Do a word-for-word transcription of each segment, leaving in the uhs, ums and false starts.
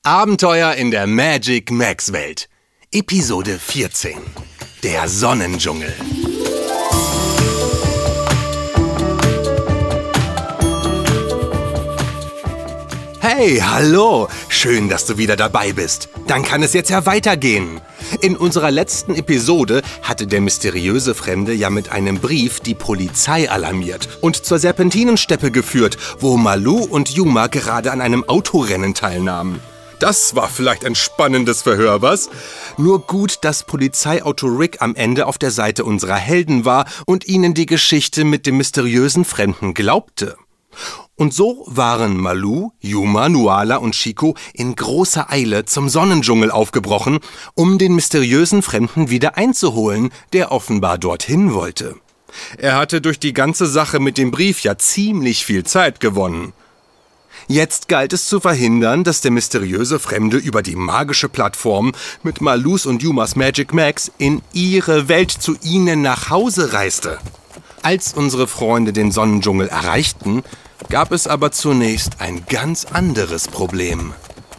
Abenteuer in der Magic Max Welt. Episode vierzehn. Der Sonnendschungel. Hey, hallo! Schön, dass du wieder dabei bist. Dann kann es jetzt ja weitergehen. In unserer letzten Episode hatte der mysteriöse Fremde ja mit einem Brief die Polizei alarmiert und zur Serpentinensteppe geführt, wo Malou und Yuma gerade an einem Autorennen teilnahmen. Das war vielleicht ein spannendes Verhör, was? Nur gut, dass Polizeiauto Rick am Ende auf der Seite unserer Helden war und ihnen die Geschichte mit dem mysteriösen Fremden glaubte. Und so waren Malou, Yuma, Nuala und Chico in großer Eile zum Sonnendschungel aufgebrochen, um den mysteriösen Fremden wieder einzuholen, der offenbar dorthin wollte. Er hatte durch die ganze Sache mit dem Brief ja ziemlich viel Zeit gewonnen. Jetzt galt es zu verhindern, dass der mysteriöse Fremde über die magische Plattform mit Malus und Yumas Magic Max in ihre Welt zu ihnen nach Hause reiste. Als unsere Freunde den Sonnendschungel erreichten, gab es aber zunächst ein ganz anderes Problem.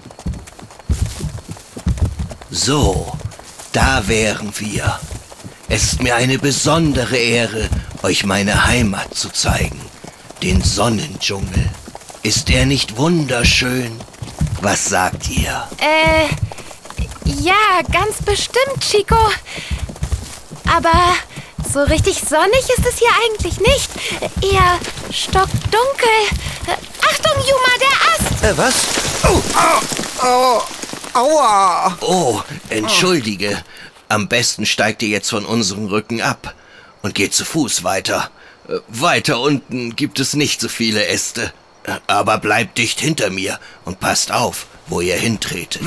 So, da wären wir. Es ist mir eine besondere Ehre, euch meine Heimat zu zeigen, den Sonnendschungel. Ist er nicht wunderschön? Was sagt ihr? Äh, ja, ganz bestimmt, Chico. Aber so richtig sonnig ist es hier eigentlich nicht. Eher stockdunkel. Achtung, Yuma, der Ast! Äh, was? Oh, oh, oh, aua! Oh, entschuldige. Am besten steigt ihr jetzt von unserem Rücken ab und geht zu Fuß weiter. Äh, weiter unten gibt es nicht so viele Äste. Aber bleibt dicht hinter mir und passt auf, wo ihr hintretet.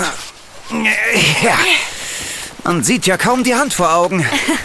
Ja, man sieht ja kaum die Hand vor Augen.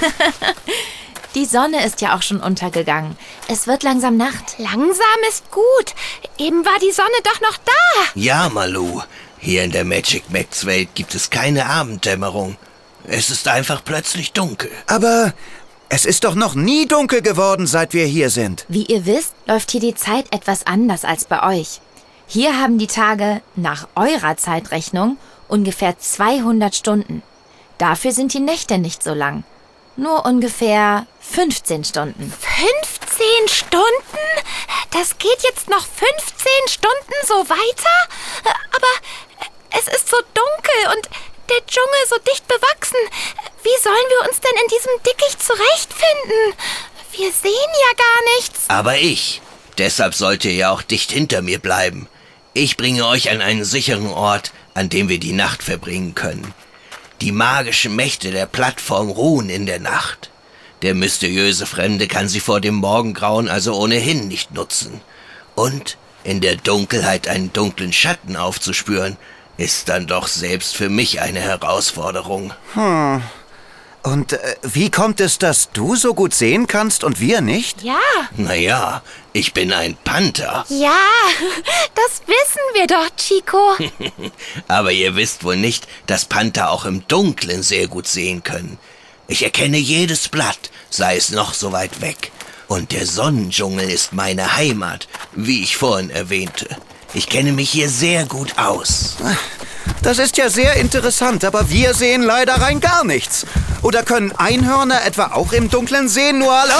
Die Sonne ist ja auch schon untergegangen. Es wird langsam Nacht. Langsam ist gut. Eben war die Sonne doch noch da. Ja, Malou. Hier in der Magic Max Welt gibt es keine Abenddämmerung. Es ist einfach plötzlich dunkel. Aber es ist doch noch nie dunkel geworden, seit wir hier sind. Wie ihr wisst, läuft hier die Zeit etwas anders als bei euch. Hier haben die Tage nach eurer Zeitrechnung ungefähr zweihundert Stunden. Dafür sind die Nächte nicht so lang. Nur ungefähr fünfzehn Stunden. fünfzehn Stunden? Das geht jetzt noch fünfzehn Stunden so weiter? Aber es ist so dunkel und der Dschungel so dicht bewachsen. Wie sollen wir uns denn in diesem Dickicht zurechtfinden? Wir sehen ja gar nichts. Aber ich. Deshalb sollt ihr ja auch dicht hinter mir bleiben. Ich bringe euch an einen sicheren Ort, an dem wir die Nacht verbringen können. Die magischen Mächte der Plattform ruhen in der Nacht. Der mysteriöse Fremde kann sie vor dem Morgengrauen also ohnehin nicht nutzen. Und in der Dunkelheit einen dunklen Schatten aufzuspüren, ist dann doch selbst für mich eine Herausforderung. Hm. Und äh, wie kommt es, dass du so gut sehen kannst und wir nicht? Ja. Naja, ich bin ein Panther. Ja, das wissen wir doch, Chico. Aber ihr wisst wohl nicht, dass Panther auch im Dunkeln sehr gut sehen können. Ich erkenne jedes Blatt, sei es noch so weit weg. Und der Sonnendschungel ist meine Heimat, wie ich vorhin erwähnte. Ich kenne mich hier sehr gut aus. Das ist ja sehr interessant, aber wir sehen leider rein gar nichts. Oder können Einhörner etwa auch im Dunkeln sehen? Nur alle...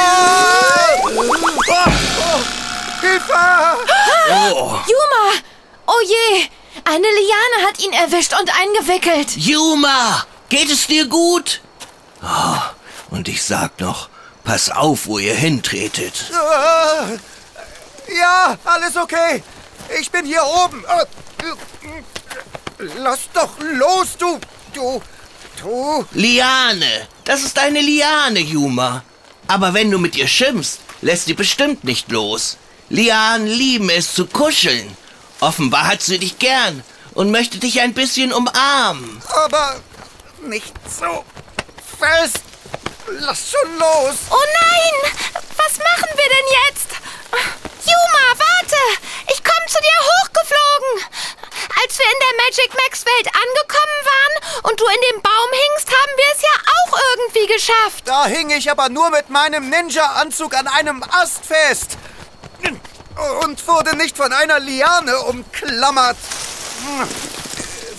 Oh! Oh! Oh! Hilfe! Oh. Yuma! Oh je! Eine Liane hat ihn erwischt und eingewickelt. Yuma! Geht es dir gut? Oh, und ich sag noch, pass auf, wo ihr hintretet. Ja, alles okay. Ich bin hier oben. Lass doch los, du, du, du. Liane, das ist eine Liane, Yuma. Aber wenn du mit ihr schimpfst, lässt sie bestimmt nicht los. Lianen lieben es zu kuscheln. Offenbar hat sie dich gern und möchte dich ein bisschen umarmen. Aber nicht so fest. Lass schon los. Oh nein! Was machen wir denn jetzt? Yuma, warte! Ich komme zu dir hochgeflogen. Als wir in der Magic Max Welt angekommen waren und du in dem Baum hingst, haben wir es ja auch irgendwie geschafft. Da hing ich aber nur mit meinem Ninja-Anzug an einem Ast fest. Und wurde nicht von einer Liane umklammert.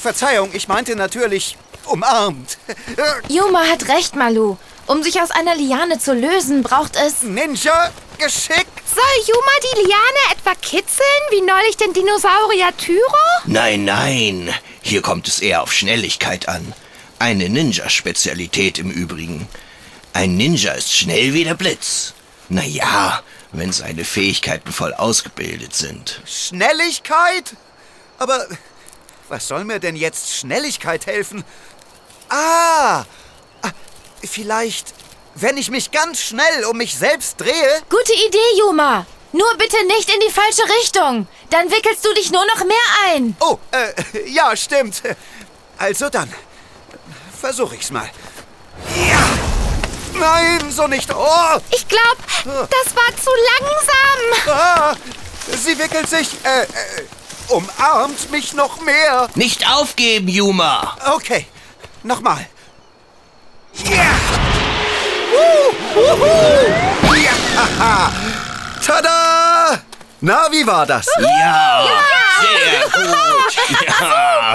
Verzeihung, ich meinte natürlich umarmt. Yuma hat recht, Malu. Um sich aus einer Liane zu lösen, braucht es... Ninja-Geschick? Soll Yuma die Liane etwa kitzeln, wie neulich den Dinosaurier Tyro? Nein, nein. Hier kommt es eher auf Schnelligkeit an. Eine Ninja-Spezialität im Übrigen. Ein Ninja ist schnell wie der Blitz. Naja, wenn seine Fähigkeiten voll ausgebildet sind. Schnelligkeit? Aber was soll mir denn jetzt Schnelligkeit helfen? Ah, vielleicht, wenn ich mich ganz schnell um mich selbst drehe? Gute Idee, Yuma. Nur bitte nicht in die falsche Richtung. Dann wickelst du dich nur noch mehr ein. Oh, äh, ja, stimmt. Also dann, versuche ich's mal. Ja! Nein, so nicht. Oh! Ich glaube, das war zu langsam. Ah, sie wickelt sich, äh, äh, umarmt mich noch mehr. Nicht aufgeben, Yuma. Okay, nochmal. Ja! Uh, uhu. Ja! Haha. Tada! Na, wie war das? Ja, sehr gut. Ja.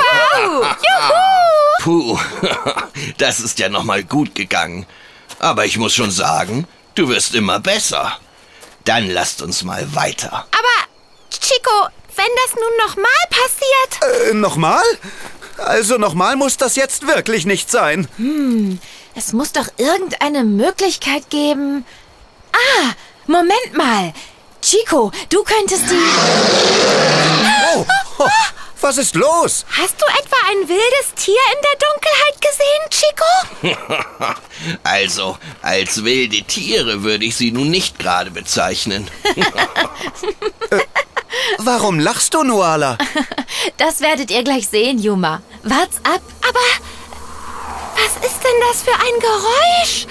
Puh, das ist ja noch mal gut gegangen. Aber ich muss schon sagen, du wirst immer besser. Dann lasst uns mal weiter. Aber, Chico, wenn das nun nochmal passiert... Äh, nochmal? Also nochmal muss das jetzt wirklich nicht sein. Hm, es muss doch irgendeine Möglichkeit geben. Ah, Moment mal. Chico, du könntest die... Oh, oh, was ist los? Hast du etwa ein wildes Tier in der Dunkelheit gesehen, Chico? Also, als wilde Tiere würde ich sie nun nicht gerade bezeichnen. äh, warum lachst du, Nuala? Das werdet ihr gleich sehen, Yuma. Wart's ab. Aber was ist denn das für ein Geräusch?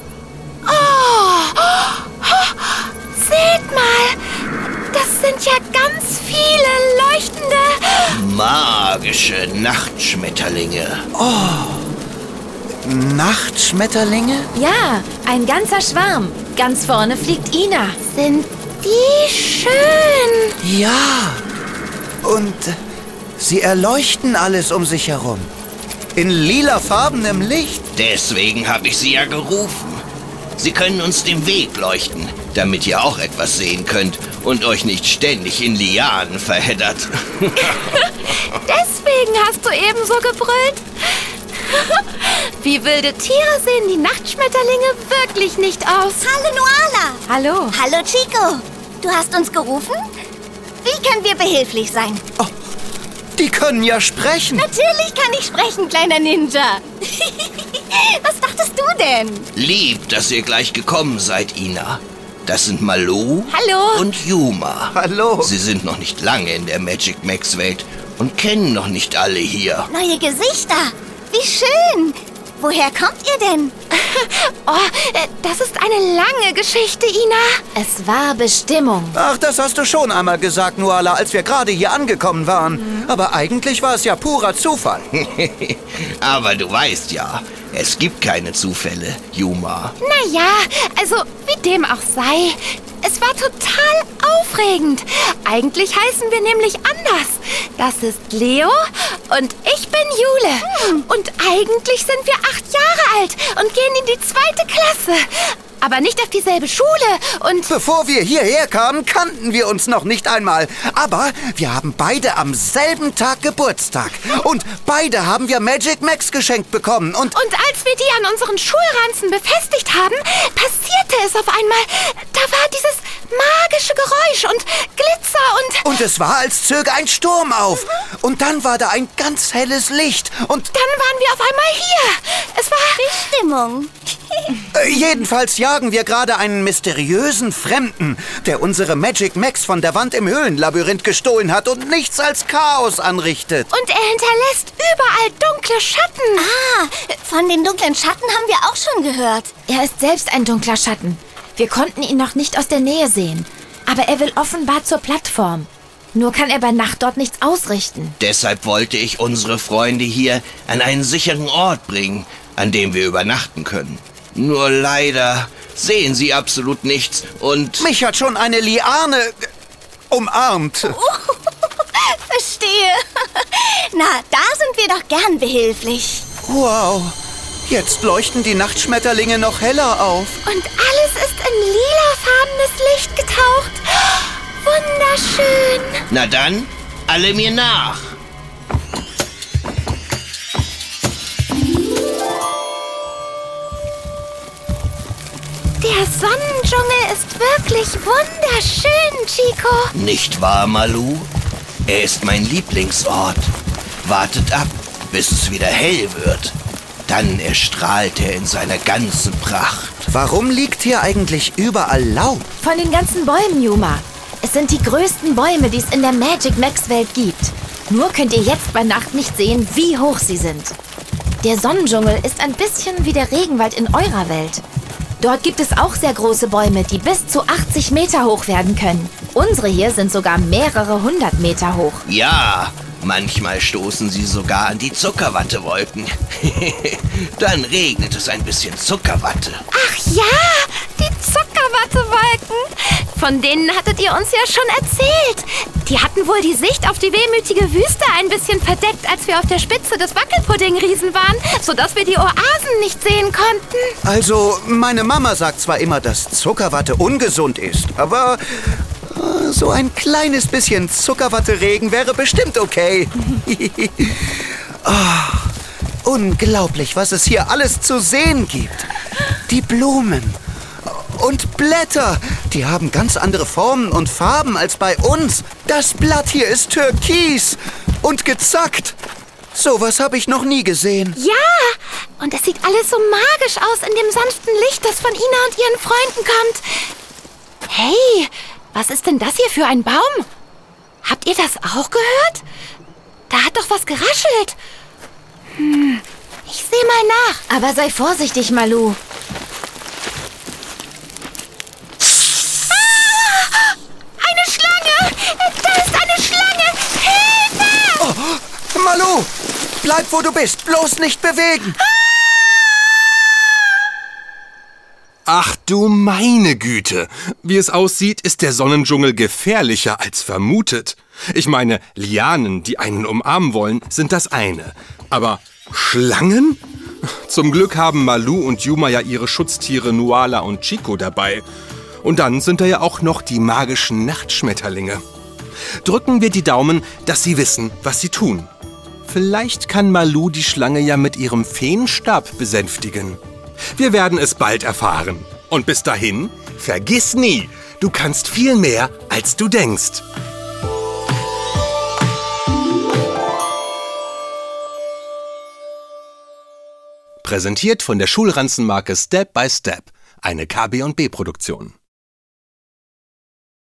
Oh, seht mal, das sind ja ganz viele leuchtende... Magische Nachtschmetterlinge. Oh, Nachtschmetterlinge? Ja, ein ganzer Schwarm. Ganz vorne fliegt Ina. Sind die schön? Ja, und sie erleuchten alles um sich herum. In lilafarbenem Licht. Deswegen habe ich sie ja gerufen. Sie können uns den Weg leuchten, damit ihr auch etwas sehen könnt und euch nicht ständig in Lianen verheddert. Deswegen hast du eben so gebrüllt. Wie wilde Tiere sehen die Nachtschmetterlinge wirklich nicht aus. Hallo Nuala. Hallo. Hallo Chico. Du hast uns gerufen? Wie können wir behilflich sein? Oh, die können ja sprechen. Natürlich kann ich sprechen, kleiner Ninja. Was dachtest du denn? Lieb, dass ihr gleich gekommen seid, Ina. Das sind Malu Hallo. und Yuma. Hallo. Sie sind noch nicht lange in der Magic Max Welt und kennen noch nicht alle hier. Neue Gesichter. Wie schön. Woher kommt ihr denn? Oh, das ist eine lange Geschichte, Ina. Es war Bestimmung. Ach, das hast du schon einmal gesagt, Nuala, als wir gerade hier angekommen waren. Mhm. Aber eigentlich war es ja purer Zufall. Aber du weißt ja, es gibt keine Zufälle, Yuma. Naja, also wie dem auch sei. Es war total aufregend. Eigentlich heißen wir nämlich anders. Das ist Leo und ich bin Jule. Hm. Und eigentlich sind wir acht Jahre alt und gehen in die zweite Klasse. Aber nicht auf dieselbe Schule und... Bevor wir hierher kamen, kannten wir uns noch nicht einmal. Aber wir haben beide am selben Tag Geburtstag. Und beide haben wir Magic Max geschenkt bekommen. Und, und als wir die an unseren Schulranzen befestigt haben, passierte es auf einmal. Da war dieses magische Geräusch und Glitzer und... Und es war, als zöge ein Sturm auf. Mhm. Und dann war da ein ganz helles Licht. Und dann waren wir auf einmal hier. Es war... Bestimmung. äh, jedenfalls jagen wir gerade einen mysteriösen Fremden, der unsere Magic Max von der Wand im Höhlenlabyrinth gestohlen hat und nichts als Chaos anrichtet. Und er hinterlässt überall dunkle Schatten. Ah, von den dunklen Schatten haben wir auch schon gehört. Er ist selbst ein dunkler Schatten. Wir konnten ihn noch nicht aus der Nähe sehen. Aber er will offenbar zur Plattform. Nur kann er bei Nacht dort nichts ausrichten. Deshalb wollte ich unsere Freunde hier an einen sicheren Ort bringen, an dem wir übernachten können. Nur leider sehen sie absolut nichts und... Mich hat schon eine Liane umarmt. Uh, verstehe. Na, da sind wir doch gern behilflich. Wow, jetzt leuchten die Nachtschmetterlinge noch heller auf. Und alles ist in lilafarbenes Licht getaucht. Wunderschön. Na dann, alle mir nach. Der Sonnendschungel ist wirklich wunderschön, Chico. Nicht wahr, Malu? Er ist mein Lieblingsort. Wartet ab, bis es wieder hell wird. Dann erstrahlt er in seiner ganzen Pracht. Warum liegt hier eigentlich überall Laub? Von den ganzen Bäumen, Yuma. Es sind die größten Bäume, die es in der Magic Max Welt gibt. Nur könnt ihr jetzt bei Nacht nicht sehen, wie hoch sie sind. Der Sonnendschungel ist ein bisschen wie der Regenwald in eurer Welt. Dort gibt es auch sehr große Bäume, die bis zu achtzig Meter hoch werden können. Unsere hier sind sogar mehrere hundert Meter hoch. Ja, manchmal stoßen sie sogar an die Zuckerwattewolken. Dann regnet es ein bisschen Zuckerwatte. Ach ja, die Zuckerwattewolken. Von denen hattet ihr uns ja schon erzählt. Die hatten wohl die Sicht auf die wehmütige Wüste ein bisschen verdeckt, als wir auf der Spitze des Wackelpuddingriesen waren, sodass wir die Oasen nicht sehen konnten. Also, meine Mama sagt zwar immer, dass Zuckerwatte ungesund ist, aber äh, so ein kleines bisschen Zuckerwatteregen wäre bestimmt okay. Oh, unglaublich, was es hier alles zu sehen gibt. Die Blumen und Blätter, die haben ganz andere Formen und Farben als bei uns. Das Blatt hier ist türkis und gezackt. Sowas habe ich noch nie gesehen. Ja, und es sieht alles so magisch aus in dem sanften Licht, das von Ina und ihren Freunden kommt. Hey, was ist denn das hier für ein Baum? Habt ihr das auch gehört? Da hat doch was geraschelt. Hm, ich sehe mal nach. Aber sei vorsichtig, Malu. Eine Schlange! Da ist eine Schlange! Hilfe! Oh, Malu, bleib, wo du bist. Bloß nicht bewegen. Ach du meine Güte. Wie es aussieht, ist der Sonnendschungel gefährlicher als vermutet. Ich meine, Lianen, die einen umarmen wollen, sind das eine. Aber Schlangen? Zum Glück haben Malu und Yuma ja ihre Schutztiere Nuala und Chico dabei. Und dann sind da ja auch noch die magischen Nachtschmetterlinge. Drücken wir die Daumen, dass sie wissen, was sie tun. Vielleicht kann Malu die Schlange ja mit ihrem Feenstab besänftigen. Wir werden es bald erfahren. Und bis dahin, vergiss nie, du kannst viel mehr, als du denkst. Präsentiert von der Schulranzenmarke Step by Step, eine K B und B Produktion.